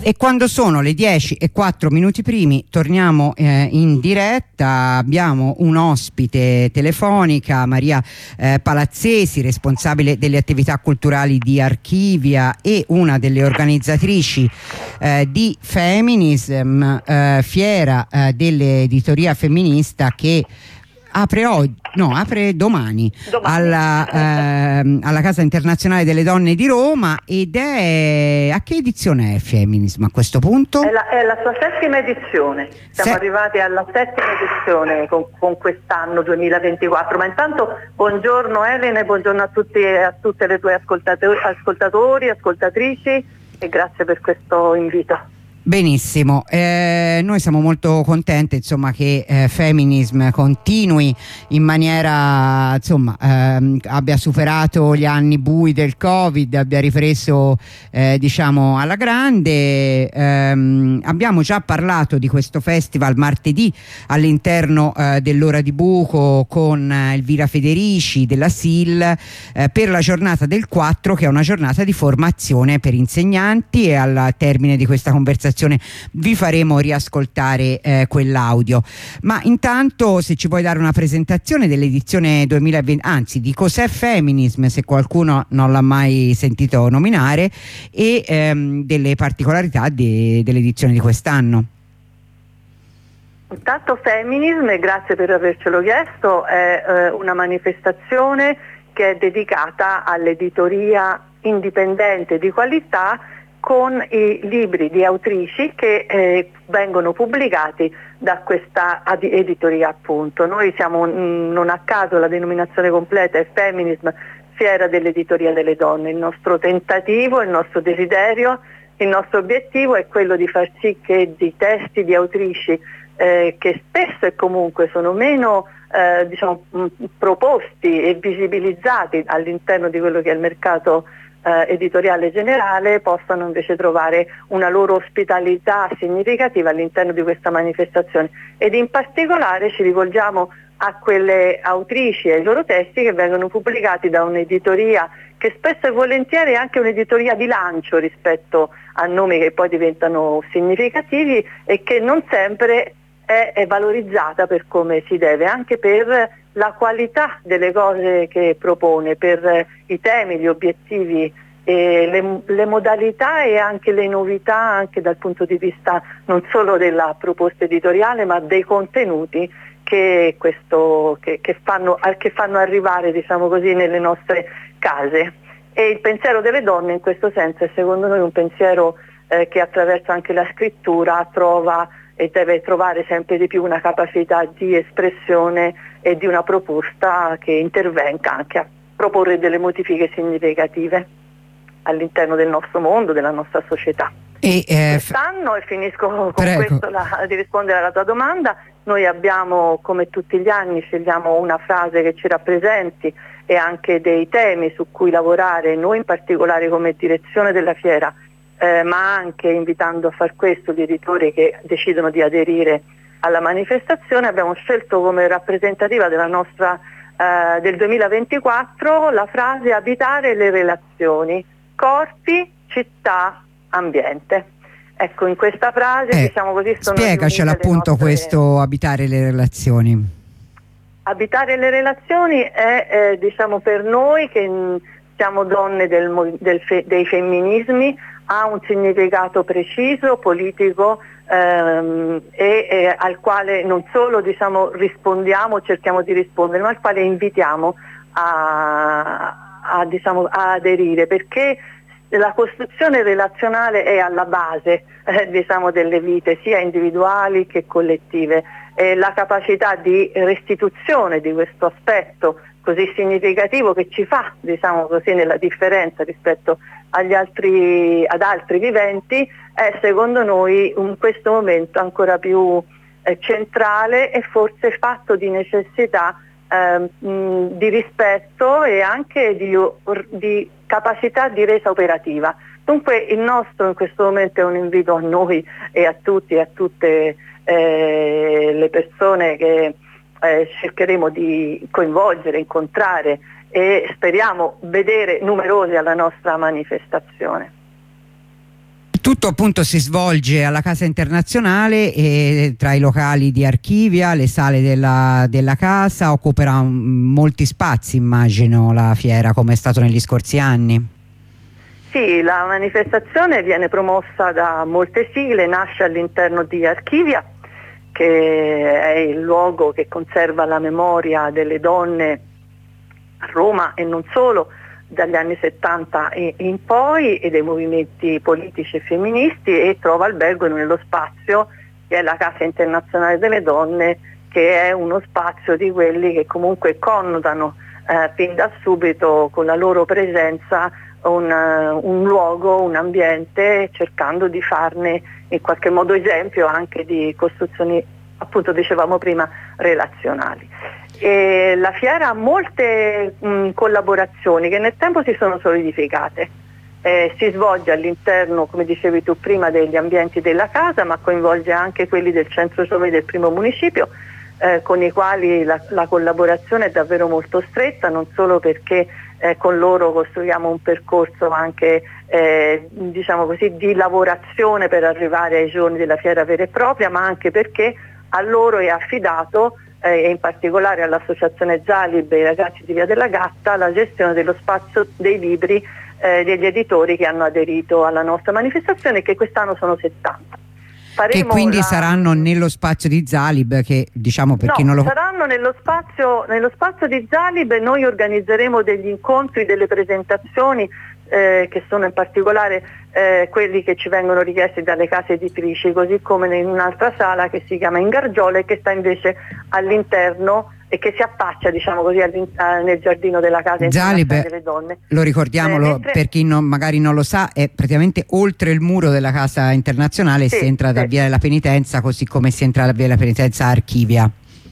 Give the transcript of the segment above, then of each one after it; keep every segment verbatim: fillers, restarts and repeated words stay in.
E quando sono le dieci e quattro minuti primi torniamo eh, in diretta. Abbiamo un ospite telefonica, Maria eh, Palazzesi, responsabile delle attività culturali di Archivia e una delle organizzatrici eh, di Feminism, eh, fiera eh, dell'editoria femminista che apre oggi, no, apre domani, domani. Alla, eh, alla Casa Internazionale delle Donne di Roma. Ed è, a che edizione è Feminism a questo punto? È la, è la sua settima edizione, siamo Se... arrivati alla settima edizione con, con quest'anno duemilaventiquattro, ma intanto buongiorno Elena e buongiorno a tutti e a tutte le tue ascoltatori, ascoltatori, ascoltatrici, e grazie per questo invito. Benissimo, eh, noi siamo molto contenti insomma che eh, Feminism continui in maniera, insomma, ehm, abbia superato gli anni bui del Covid, abbia ripreso eh, diciamo alla grande. Ehm, abbiamo già parlato di questo festival martedì all'interno eh, dell'Ora di Buco con eh, Elvira Federici della S I L eh, per la giornata del quattro, che è una giornata di formazione per insegnanti, e al termine di questa conversazione vi faremo riascoltare eh, quell'audio. Ma intanto, se ci puoi dare una presentazione dell'edizione duemilaventi, anzi di cos'è Feminism, se qualcuno non l'ha mai sentito nominare, e ehm, delle particolarità de, dell'edizione di quest'anno. Intanto Feminism, e grazie per avercelo chiesto, è eh, una manifestazione che è dedicata all'editoria indipendente di qualità, con i libri di autrici che eh, vengono pubblicati da questa editoria, appunto. Noi siamo, mh, non a caso la denominazione completa è Feminism, Fiera dell'Editoria delle Donne. Il nostro tentativo, il nostro desiderio, il nostro obiettivo è quello di far sì che di testi di autrici eh, che spesso e comunque sono meno eh, diciamo, mh, proposti e visibilizzati all'interno di quello che è il mercato Eh, editoriale generale, possano invece trovare una loro ospitalità significativa all'interno di questa manifestazione, ed in particolare ci rivolgiamo a quelle autrici e ai loro testi che vengono pubblicati da un'editoria che spesso e volentieri è anche un'editoria di lancio rispetto a nomi che poi diventano significativi, e che non sempre è, è valorizzata per come si deve, anche per la qualità delle cose che propone, per i temi, gli obiettivi, e le, le modalità e anche le novità, anche dal punto di vista non solo della proposta editoriale, ma dei contenuti che, questo, che, che, fanno, che fanno arrivare, diciamo così, nelle nostre case. E il pensiero delle donne in questo senso è secondo noi un pensiero eh, che attraverso anche la scrittura trova e deve trovare sempre di più una capacità di espressione e di una proposta che intervenga anche a proporre delle modifiche significative all'interno del nostro mondo, della nostra società. E eh, quest'anno, e finisco con prego. questo la, di rispondere alla tua domanda, noi abbiamo, come tutti gli anni, scegliamo una frase che ci rappresenti e anche dei temi su cui lavorare, noi in particolare come direzione della fiera, eh, ma anche invitando a far questo gli editori che decidono di aderire alla manifestazione. Abbiamo scelto come rappresentativa della nostra eh, del duemilaventiquattro la frase abitare le relazioni, corpi, città, ambiente. Ecco, in questa frase eh, diciamo così sono spiegacela appunto nostre... questo abitare le relazioni. Abitare le relazioni è eh, diciamo per noi che mh, siamo donne del, del fe, dei femminismi, ha un significato preciso, politico, ehm, e, e al quale non solo diciamo rispondiamo, cerchiamo di rispondere, ma al quale invitiamo a, a, diciamo, a aderire, perché la costruzione relazionale è alla base eh, diciamo delle vite sia individuali che collettive, e la capacità di restituzione di questo aspetto così significativo che ci fa, diciamo così, nella differenza rispetto agli altri, ad altri viventi, è secondo noi in questo momento ancora più eh, centrale e forse fatto di necessità eh, mh, di rispetto e anche di, di capacità di resa operativa. Dunque il nostro in questo momento è un invito a noi e a tutti e a tutte eh, le persone che eh, cercheremo di coinvolgere, incontrare e speriamo vedere numerosi alla nostra manifestazione. Tutto appunto si svolge alla Casa Internazionale e tra i locali di Archivia, le sale della, della casa, occuperà um, molti spazi, immagino, la fiera, come è stato negli scorsi anni. Sì, la manifestazione viene promossa da molte sigle, nasce all'interno di Archivia, che è il luogo che conserva la memoria delle donne a Roma e non solo, dagli anni settanta in poi, e dei movimenti politici e femministi, e trova albergo nello spazio che è la Casa Internazionale delle Donne, che è uno spazio di quelli che comunque connotano eh, fin da subito con la loro presenza un, uh, un luogo, un ambiente, cercando di farne in qualche modo esempio anche di costruzioni, appunto dicevamo prima, relazionali. E la fiera ha molte mh, collaborazioni che nel tempo si sono solidificate. Eh, si svolge all'interno, come dicevi tu prima, degli ambienti della casa, ma coinvolge anche quelli del centro giovani del primo municipio, eh, con i quali la, la collaborazione è davvero molto stretta, non solo perché eh, con loro costruiamo un percorso anche eh, diciamo così, di lavorazione per arrivare ai giorni della fiera vera e propria, ma anche perché a loro è affidato, e in particolare all'associazione Zalib e ai ragazzi di Via della Gatta, la gestione dello spazio dei libri eh, degli editori che hanno aderito alla nostra manifestazione, che quest'anno sono settanta. Faremo che quindi la... saranno nello spazio di Zalib, che diciamo per no, chi non lo... saranno nello spazio, nello spazio di Zalib, e noi organizzeremo degli incontri, delle presentazioni eh, che sono in particolare eh, quelli che ci vengono richiesti dalle case editrici, così come in un'altra sala che si chiama Ingargiole, che sta invece all'interno e che si affaccia, diciamo così, nel giardino della Casa Internazionale delle Donne. Lo ricordiamo, eh, mentre... per chi non, magari non lo sa, è praticamente oltre il muro della Casa Internazionale, sì, si entra da sì. Via della Penitenza, così come si entra da Via della Penitenza a Archivia.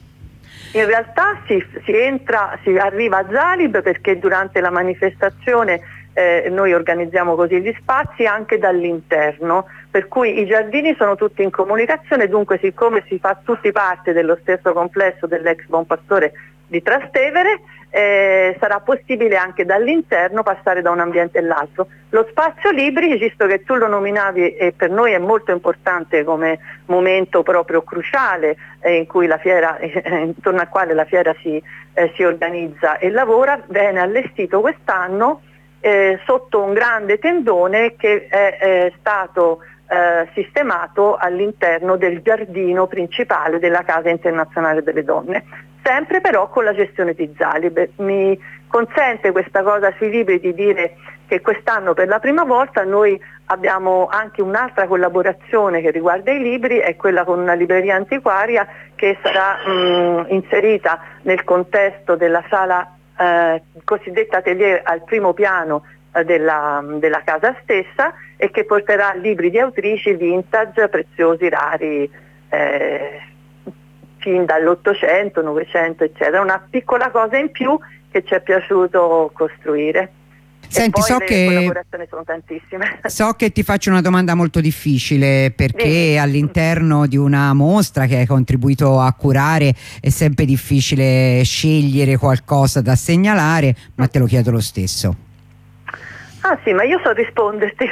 In realtà si, si entra, si arriva a Zalib perché durante la manifestazione eh, noi organizziamo così gli spazi anche dall'interno, per cui i giardini sono tutti in comunicazione, dunque siccome si fa tutti parte dello stesso complesso dell'ex Buon Pastore di Trastevere, eh, sarà possibile anche dall'interno passare da un ambiente all'altro. Lo spazio libri, visto che tu lo nominavi, e per noi è molto importante come momento proprio cruciale eh, in cui la fiera, eh, intorno al quale la fiera si, eh, si organizza e lavora, viene allestito quest'anno eh, sotto un grande tendone che è, è stato eh, sistemato all'interno del giardino principale della Casa Internazionale delle Donne, sempre però con la gestione di Zalib. Mi consente questa cosa sui libri di dire che quest'anno per la prima volta noi abbiamo anche un'altra collaborazione che riguarda i libri, è quella con una libreria antiquaria che sarà mh, inserita nel contesto della sala eh, cosiddetta atelier al primo piano eh, della, della casa stessa, e che porterà libri di autrici vintage, preziosi, rari, eh, fin dall'Ottocento, Novecento, eccetera. Una piccola cosa in più che ci è piaciuto costruire. Senti, e poi so le che collaborazioni sono tantissime. So che ti faccio una domanda molto difficile, perché sì. all'interno di una mostra che hai contribuito a curare è sempre difficile scegliere qualcosa da segnalare, ma te lo chiedo lo stesso. Ah sì, ma io so risponderti.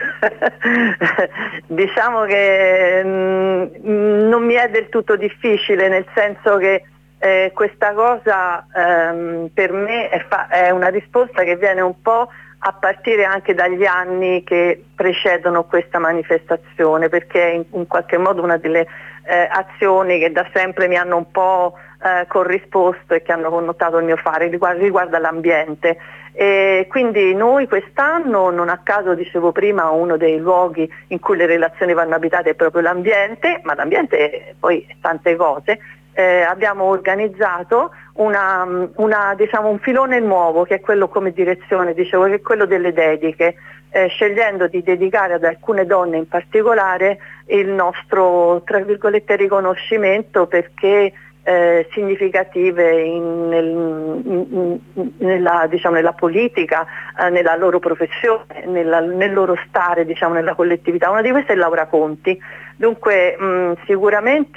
Diciamo che mh, non mi è del tutto difficile, nel senso che eh, questa cosa ehm, per me è, fa- è una risposta che viene un po' a partire anche dagli anni che precedono questa manifestazione, perché è in, in qualche modo una delle eh, azioni che da sempre mi hanno un po' eh, corrisposto e che hanno connotato il mio fare, riguarda, riguarda l'ambiente. E quindi noi quest'anno, non a caso dicevo prima, uno dei luoghi in cui le relazioni vanno abitate è proprio l'ambiente, ma l'ambiente è poi tante cose. Eh, abbiamo organizzato una, una, diciamo, un filone nuovo, che è quello come direzione, dicevo, che è quello delle dediche, eh, scegliendo di dedicare ad alcune donne in particolare il nostro, tra virgolette, riconoscimento, perché Eh, significative in, nel, in, nella, diciamo, nella politica, eh, nella loro professione, nella, nel loro stare, diciamo, nella collettività. Una di queste è Laura Conti. Dunque mh, sicuramente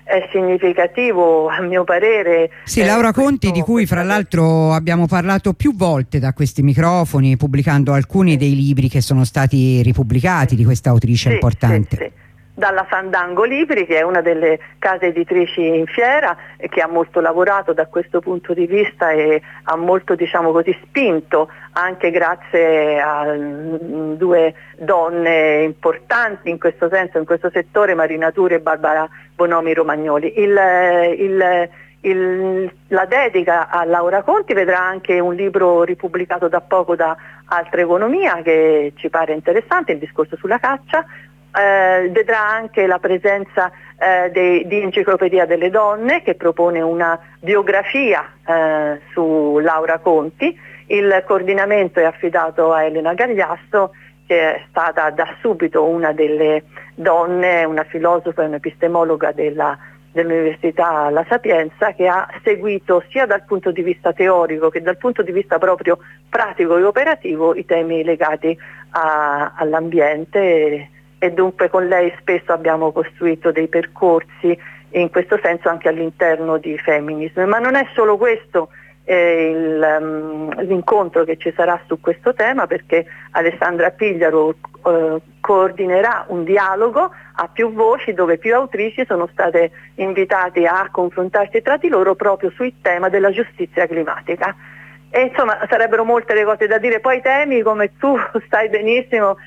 è significativo, a mio parere. Sì, Laura eh, Conti, questo, di cui fra l'altro abbiamo parlato più volte da questi microfoni, pubblicando alcuni sì. dei libri che sono stati ripubblicati sì. di questa autrice sì, importante. Sì, sì. Dalla Fandango Libri, che è una delle case editrici in fiera e che ha molto lavorato da questo punto di vista e ha molto, diciamo così, spinto, anche grazie a due donne importanti in questo senso, in questo settore, Marina Turi e Barbara Bonomi Romagnoli. Il, il, il, la dedica a Laura Conti vedrà anche un libro ripubblicato da poco da Altra Economia, che ci pare interessante, il discorso sulla caccia. Eh, vedrà anche la presenza eh, dei, di Enciclopedia delle Donne, che propone una biografia eh, su Laura Conti. Il coordinamento è affidato a Elena Gagliasso, che è stata da subito una delle donne, una filosofa e un'epistemologa della, dell'Università La Sapienza, che ha seguito sia dal punto di vista teorico che dal punto di vista proprio pratico e operativo i temi legati a, all'ambiente. E dunque con lei spesso abbiamo costruito dei percorsi in questo senso anche all'interno di Feminism. Ma non è solo questo eh, il, um, l'incontro che ci sarà su questo tema, perché Alessandra Pigliaro eh, coordinerà un dialogo a più voci, dove più autrici sono state invitate a confrontarsi tra di loro proprio sul tema della giustizia climatica. E insomma sarebbero molte le cose da dire, poi i temi, come tu sai benissimo,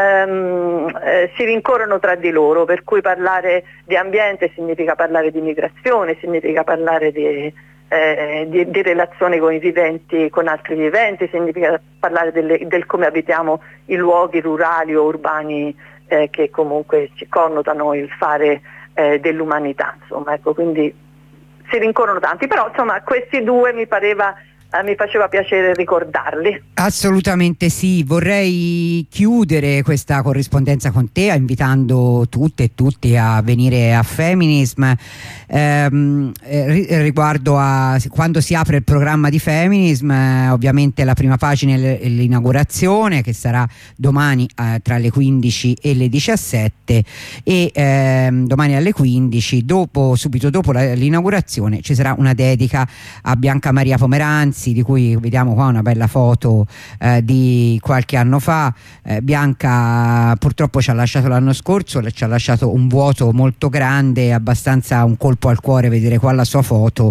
Um, eh, si rincorrono tra di loro, per cui parlare di ambiente significa parlare di migrazione, significa parlare di, eh, di, di relazione con i viventi, con altri viventi, significa parlare delle, del come abitiamo i luoghi rurali o urbani eh, che comunque ci connotano il fare eh, dell'umanità, insomma, ecco, quindi si rincorrono tanti, però insomma questi due mi pareva mi faceva piacere ricordarli. Assolutamente sì, vorrei chiudere questa corrispondenza con te invitando tutte e tutti a venire a Feminism ehm, riguardo a quando si apre il programma di Feminism. Eh, ovviamente la prima pagina è l'inaugurazione, che sarà domani eh, tra le quindici e le diciassette, e ehm, domani alle quindici, dopo, subito dopo l'inaugurazione, ci sarà una dedica a Bianca Maria Pomeranzi, di cui vediamo qua una bella foto eh, di qualche anno fa. eh, Bianca purtroppo ci ha lasciato l'anno scorso, ci ha lasciato un vuoto molto grande, abbastanza un colpo al cuore vedere qua la sua foto,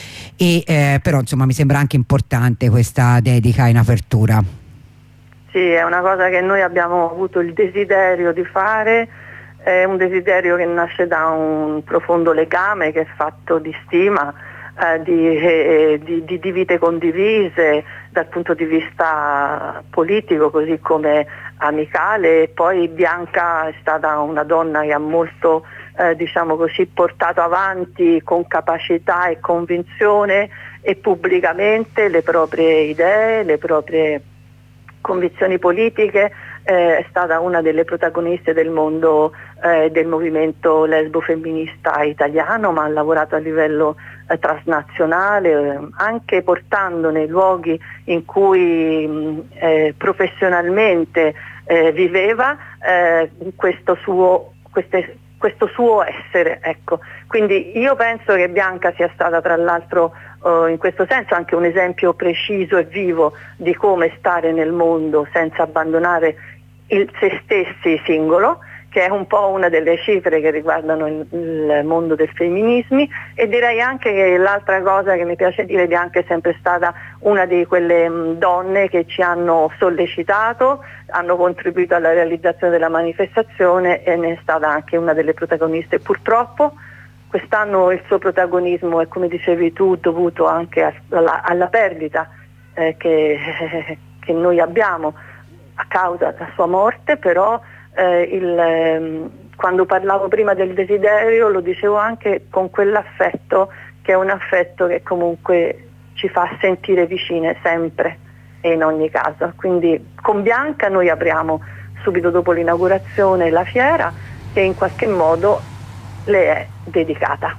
e eh, però insomma mi sembra anche importante questa dedica in apertura. Sì, è una cosa che noi abbiamo avuto il desiderio di fare, è un desiderio che nasce da un profondo legame che è fatto di stima, Eh, di, eh, di, di, di vite condivise dal punto di vista politico così come amicale. E poi Bianca è stata una donna che ha molto eh, diciamo così portato avanti con capacità e convinzione e pubblicamente le proprie idee, le proprie convinzioni politiche. Eh, è stata una delle protagoniste del mondo eh, del movimento lesbo-femminista italiano, ma ha lavorato a livello eh, transnazionale, eh, anche portando nei luoghi in cui mh, eh, professionalmente eh, viveva eh, questo suo, queste, questo suo essere, ecco. Quindi io penso che Bianca sia stata tra l'altro uh, in questo senso anche un esempio preciso e vivo di come stare nel mondo senza abbandonare il se stessi singolo, che è un po' una delle cifre che riguardano il, il mondo del femminismi. E direi anche che l'altra cosa che mi piace dire, Bianca è sempre stata una di quelle mh, donne che ci hanno sollecitato, hanno contribuito alla realizzazione della manifestazione e ne è stata anche una delle protagoniste. Purtroppo quest'anno il suo protagonismo è, come dicevi tu, dovuto anche alla, alla perdita eh, che, che noi abbiamo a causa della sua morte, però eh, il, eh, quando parlavo prima del desiderio lo dicevo anche con quell'affetto che è un affetto che comunque ci fa sentire vicine sempre e in ogni caso. Quindi con Bianca noi apriamo subito dopo l'inaugurazione la fiera, che in qualche modo le è dedicata.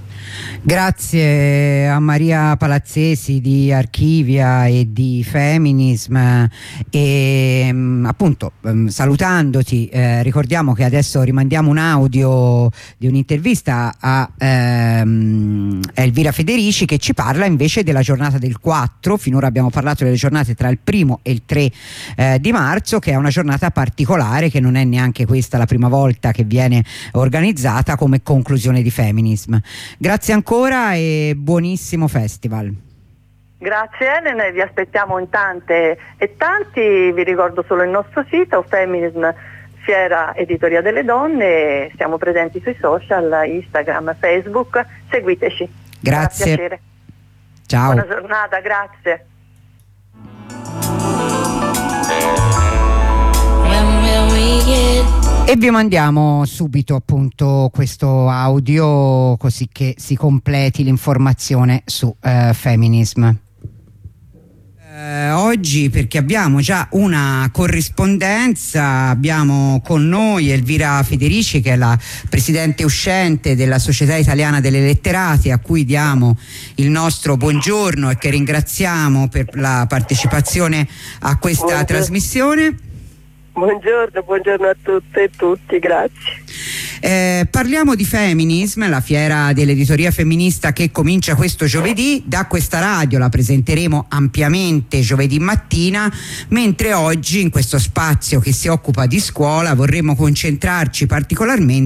Grazie a Maria Palazzesi di Archivia e di Feminism, e ehm, appunto ehm, salutandoti eh, ricordiamo che adesso rimandiamo un audio di un'intervista a ehm, Elvira Federici, che ci parla invece della giornata del quattro. Finora abbiamo parlato delle giornate tra il primo e il tre eh, di marzo, che è una giornata particolare, che non è neanche questa la prima volta che viene organizzata come conclusione di Feminism. Grazie ancora e buonissimo festival. Grazie Elena, vi aspettiamo in tante e tanti. Vi ricordo solo il nostro sito Feminism Fiera Editoria delle Donne, siamo presenti sui social, Instagram, Facebook, seguiteci. Grazie. Piacere. Ciao. Buona giornata, grazie. E vi mandiamo subito appunto questo audio, così che si completi l'informazione su eh, Feminism. Eh, oggi, perché abbiamo già una corrispondenza, abbiamo con noi Elvira Federici, che è la presidente uscente della Società Italiana delle Letterate, a cui diamo il nostro buongiorno e che ringraziamo per la partecipazione a questa buongiorno. trasmissione. Buongiorno, buongiorno a tutte e tutti, grazie. Eh, parliamo di Feminism, la fiera dell'editoria femminista che comincia questo giovedì. Da questa radio la presenteremo ampiamente giovedì mattina, mentre oggi in questo spazio che si occupa di scuola vorremmo concentrarci particolarmente